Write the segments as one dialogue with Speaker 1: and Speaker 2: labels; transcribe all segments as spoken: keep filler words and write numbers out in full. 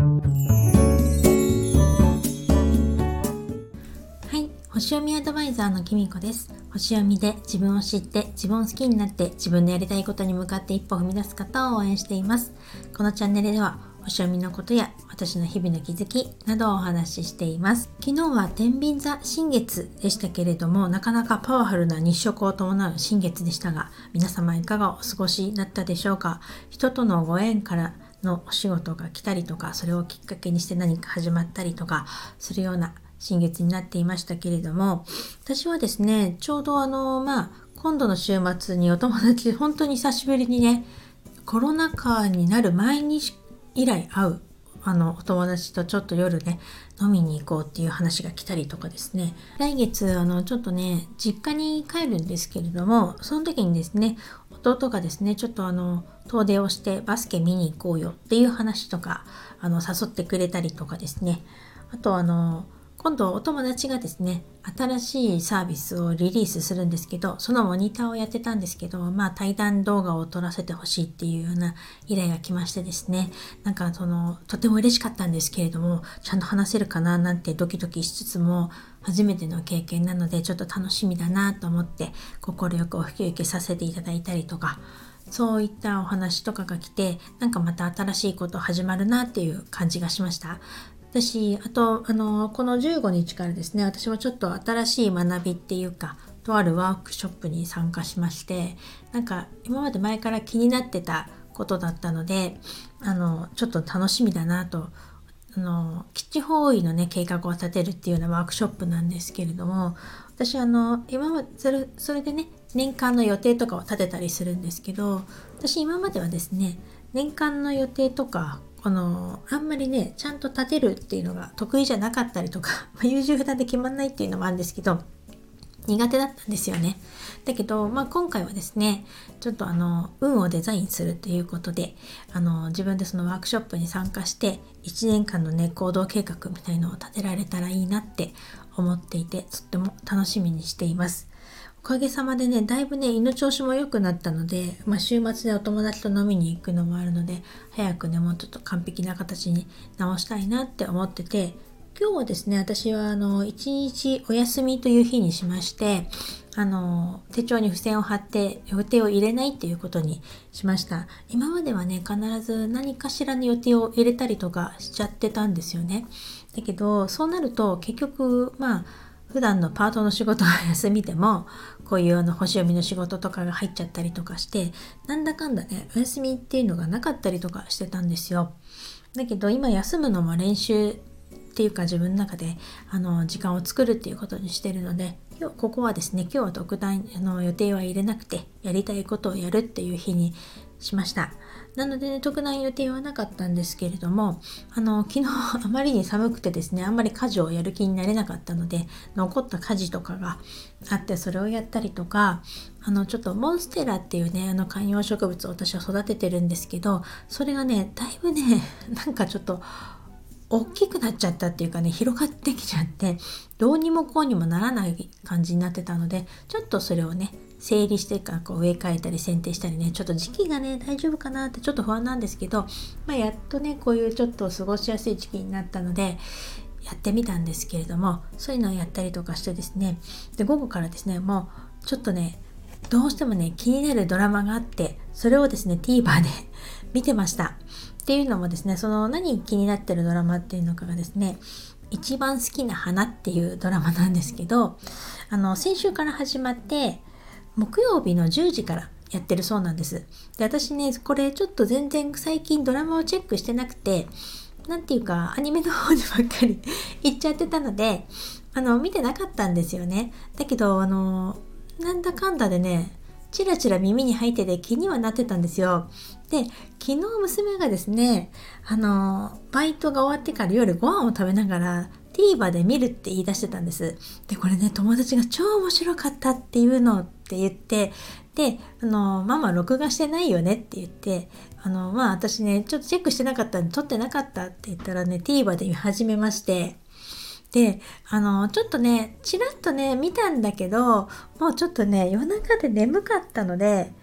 Speaker 1: はい、星読みアドバイザーのきみこです。星読みで自分を知って自分を好きになって自分のやりたいことに向かって一歩踏み出す方を応援しています。このチャンネルでは星読みのことや私の日々の気づきなどをお話ししています。昨日は天秤座新月でしたけれども、なかなかパワフルな日食を伴う新月でしたが、皆様いかがお過ごしだったでしょうか。人とのご縁からのお仕事が来たりとか、それをきっかけにして何か始まったりとかするような新月になっていましたけれども、私はですね、ちょうどあのまあ今度の週末にお友達で本当に久しぶりにね、コロナ禍になる前に以来会うあのお友達とちょっと夜ね飲みに行こうっていう話が来たりとかですね、来月あのちょっとね実家に帰るんですけれども、その時にですね弟がですねちょっとあの遠出をしてバスケ見に行こうよっていう話とかあの誘ってくれたりとかですね、あとあの今度お友達がですね新しいサービスをリリースするんですけど、そのモニターをやってたんですけど、まあ対談動画を撮らせてほしいっていうような依頼が来ましてですね、なんかそのとても嬉しかったんですけれども、ちゃんと話せるかななんてドキドキしつつも、初めての経験なのでちょっと楽しみだなと思って快くお引き受けさせていただいたりとか、そういったお話とかが来て、なんかまた新しいこと始まるなっていう感じがしました。私、あと、あの、このじゅうごにちからですね、私もちょっと新しい学びっていうか、とあるワークショップに参加しまして、なんか今まで前から気になってたことだったので、あの、ちょっと楽しみだなと、あの、基地方位のね、計画を立てるっていうようなワークショップなんですけれども、私、あの、今まで、それ、それでね、年間の予定とかを立てたりするんですけど、私今まではですね、年間の予定とか、このあんまりねちゃんと立てるっていうのが得意じゃなかったりとか、まあ、優柔不断で決まんないっていうのもあるんですけど、苦手だったんですよね。だけど、まあ、今回はですねちょっとあの運をデザインするということで、あの自分でそのワークショップに参加していちねんかんのね行動計画みたいのを立てられたらいいなって思っていて、とっても楽しみにしています。おかげさまでね、だいぶね、胃の調子も良くなったので、まあ、週末でお友達と飲みに行くのもあるので、早くね、もうちょっと完璧な形に直したいなって思ってて、今日はですね、私はあの、一日お休みという日にしまして、あの、手帳に付箋を貼って予定を入れないっていうことにしました。今まではね、必ず何かしらの予定を入れたりとかしちゃってたんですよね。だけど、そうなると結局、まあ、普段のパートの仕事が休みでもこういうあの星読みの仕事とかが入っちゃったりとかして、なんだかんだねお休みっていうのがなかったりとかしてたんですよ。だけど今休むのも練習っていうか自分の中であの時間を作るっていうことにしてるので、今日ここはですね今日は特段あの予定は入れなくてやりたいことをやるっていう日にしました。なので、ね、特段予定はなかったんですけれども、あの昨日あまりに寒くてですねあんまり家事をやる気になれなかったので、残った家事とかがあってそれをやったりとか、あのちょっとモンステラっていうねあの観葉植物を私は育ててるんですけど、それがねだいぶねなんかちょっと大きくなっちゃったっていうかね、広がってきちゃってどうにもこうにもならない感じになってたので、ちょっとそれをね整理してからこう植え替えたり剪定したりね、ちょっと時期がね大丈夫かなってちょっと不安なんですけど、まあ、やっとねこういうちょっと過ごしやすい時期になったのでやってみたんですけれども、そういうのをやったりとかしてですね、で午後からですねもうちょっとねどうしてもね気になるドラマがあって、それをですね TVer で見てました。っていうのもですね、その何気になってるドラマっていうのかがですね、一番好きな花っていうドラマなんですけど、あの先週から始まって木曜日のじゅうじからやってるそうなんです。で、私ねこれちょっと全然最近ドラマをチェックしてなくて、なんていうかアニメの方にばっかり行っちゃってたので、あの見てなかったんですよね。だけどあのなんだかんだでねチラチラ耳に入ってて気にはなってたんですよ。で、昨日娘がですね、あのバイトが終わってから夜ご飯を食べながら TVer で見るって言い出してたんです。で、これね友達が超面白かったっていうのって言って、で、あのママ録画してないよねって言って、あのまあ私ねちょっとチェックしてなかったんで撮ってなかったって言ったらね TVer で見始めまして、で、あのちょっとねちらっとね見たんだけど、もうちょっとね夜中で眠かったので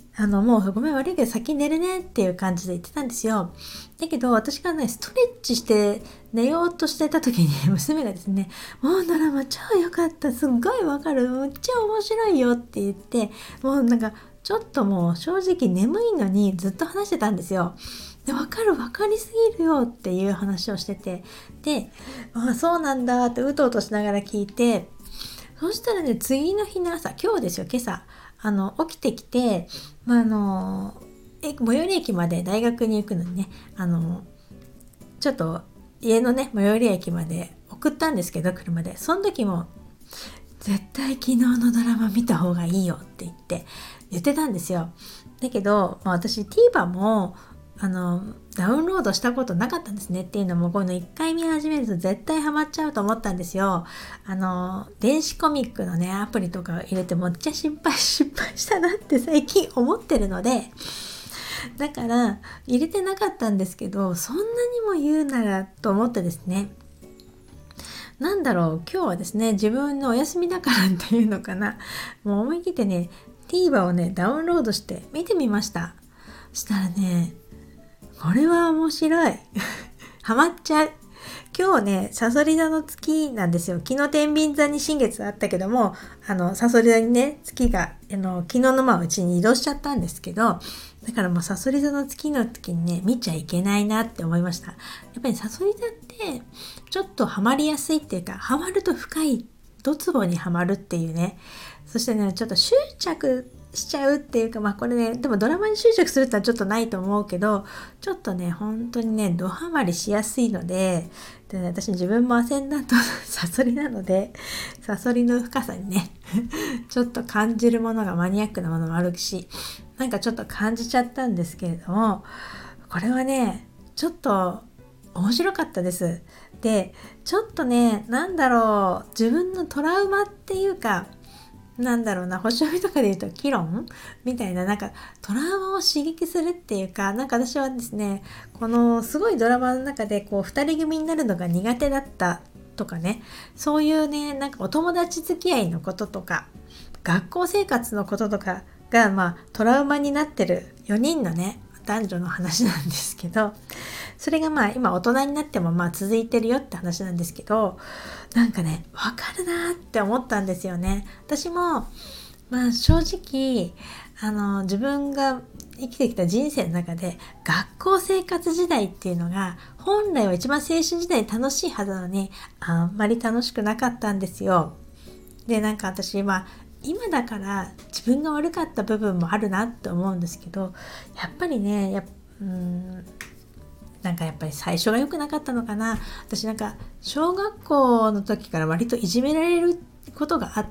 Speaker 1: あのもうごめん悪いけど先寝るねっていう感じで言ってたんですよ。だけど私がねストレッチして寝ようとしてた時に娘がですね、もうドラマ超良かった、すっごいわかる、めっちゃ面白いよって言って、もうなんかちょっともう正直眠いのにずっと話してたんですよ。で、わかるわかりすぎるよっていう話をしてて、で、ああそうなんだってうとうとしながら聞いて、そしたらね次の日の朝、今日ですよ、今朝あの起きてきて、まあ、あのえ最寄り駅まで大学に行くのにね、あのちょっと家のね最寄り駅まで送ったんですけど、車で。その時も絶対昨日のドラマ見た方がいいよって言って言ってたんですよ。だけど、まあ、私 TVer もあのダウンロードしたことなかったんですね。っていうのもこのいっかい見始めると絶対ハマっちゃうと思ったんですよ。あの電子コミックのねアプリとか入れてめっちゃ心配失敗したなって最近思ってるので、だから入れてなかったんですけど、そんなにも言うならと思ってですね、なんだろう、今日はですね自分のお休みだからっていうのかな、もう思い切ってね TVer をねダウンロードして見てみました。したらね、これは面白いハマっちゃう。今日ねさそり座の月なんですよ。昨日天秤座に新月あったけども、あのさそり座にね月があの昨日のままうちに移動しちゃったんですけど、だからもうさそり座の月の時にね見ちゃいけないなって思いました。やっぱりさそり座ってちょっとハマりやすいっていうか、ハマると深いドツボにはまるっていうね、そしてねちょっと執着しちゃうっていうか、まあこれねでもドラマに執着するってのはちょっとないと思うけど、ちょっとね本当にねドハマりしやすいので、でね、私自分もアセンダントサソリなので、サソリの深さにねちょっと感じるものがマニアックなものもあるし、なんかちょっと感じちゃったんですけれども、これはねちょっと面白かったです。でちょっとねなんだろう、自分のトラウマっていうか、なんだろうな、星読みとかで言うと議論みたいな、なんかトラウマを刺激するっていうか、なんか私はですねこのすごいドラマの中でこう二人組になるのが苦手だったとかね、そういうねなんかお友達付き合いのこととか学校生活のこととかがまあトラウマになってるよにんのね男女の話なんですけど、それがまあ今大人になってもまあ続いてるよって話なんですけど、なんかねわかるなって思ったんですよね。私もまあ正直あの自分が生きてきた人生の中で学校生活時代っていうのが本来は一番青春時代楽しいはずなのに、あんまり楽しくなかったんですよ。でなんか私は今だから自分が悪かった部分もあるなって思うんですけど、やっぱりねやっうーんなんかやっぱり最初が良くなかったのかな。私なんか小学校の時から割といじめられることがあって、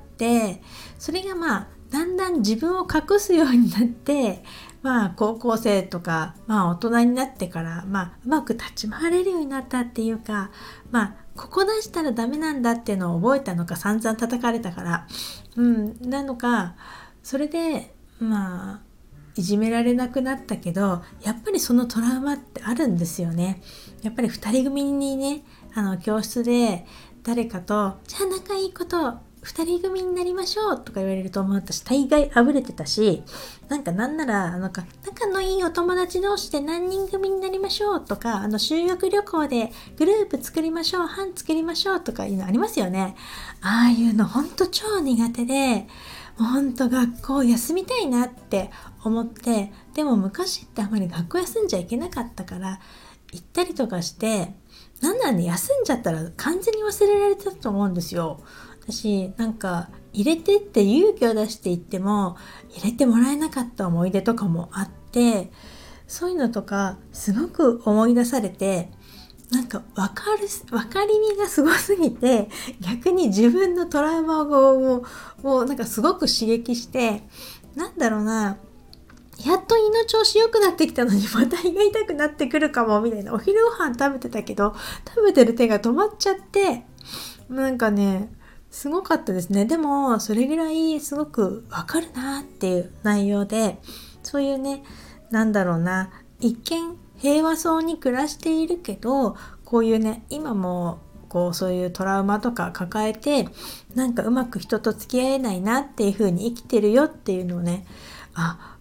Speaker 1: それがまあだんだん自分を隠すようになって、まあ高校生とかまあ大人になってからまあうまく立ち回れるようになったっていうか、まあここ出したらダメなんだっていうのを覚えたのか、散々叩かれたからうんなのか、それでまあいじめられなくなったけど、やっぱりそのトラウマってあるんですよね。やっぱり二人組にねあの教室で誰かとじゃあ仲いいこと二人組になりましょうとか言われると、思う私大概あぶれてたし、なんかなんならなんか仲のいいお友達同士で何人組になりましょうとか、あの修学旅行でグループ作りましょう、班作りましょうとかいうのありますよね。ああいうのほんと超苦手で、ほんと学校休みたいなって思って、でも昔ってあまり学校休んじゃいけなかったから行ったりとかして、なんなんで休んじゃったら完全に忘れられてたと思うんですよ。私なんか入れてって勇気を出して言っても入れてもらえなかった思い出とかもあって、そういうのとかすごく思い出されて、なんか分かる分かりみがすごすぎて、逆に自分のトラウマををなんかすごく刺激して、なんだろうな、やっと胃の調子良くなってきたのにまた胃が痛くなってくるかもみたいな。お昼ご飯食べてたけど食べてる手が止まっちゃって、なんかねすごかったですね。でもそれぐらいすごくわかるなっていう内容で、そういうねなんだろうな、一見平和そうに暮らしているけど、こういうね今もこうそういうトラウマとか抱えてなんかうまく人と付き合えないなっていう風に生きてるよっていうのをね、あ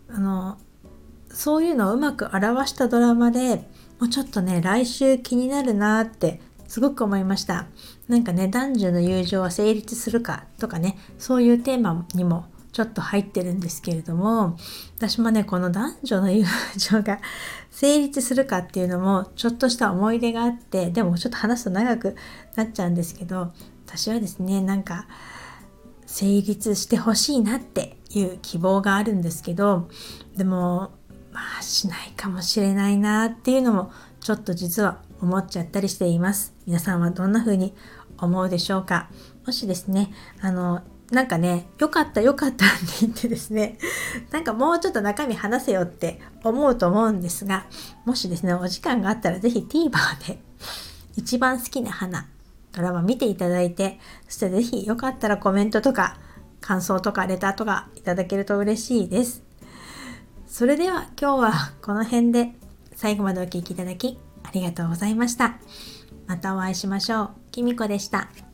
Speaker 1: あのそういうのをうまく表したドラマでもうちょっとね来週気になるなってすごく思いました。なんかね、男女の友情は成立するかとかね、そういうテーマにもちょっと入ってるんですけれども、私もねこの男女の友情が成立するかっていうのもちょっとした思い出があって、でもちょっと話すと長くなっちゃうんですけど、私はですねなんか成立してほしいなっていう希望があるんですけど、でもまあしないかもしれないなっていうのもちょっと実は思っちゃったりしています。皆さんはどんな風に思うでしょうか。もしですねあのなんかねよかったよかったって言ってですねなんかもうちょっと中身話せよって思うと思うんですが、もしですねお時間があったらぜひ TVer で一番好きな花ドラマ見ていただいて、そしてぜひよかったらコメントとか感想とかレターとかいただけると嬉しいです。それでは今日はこの辺で、最後までお聞きいただきありがとうございました。またお会いしましょう。きみこでした。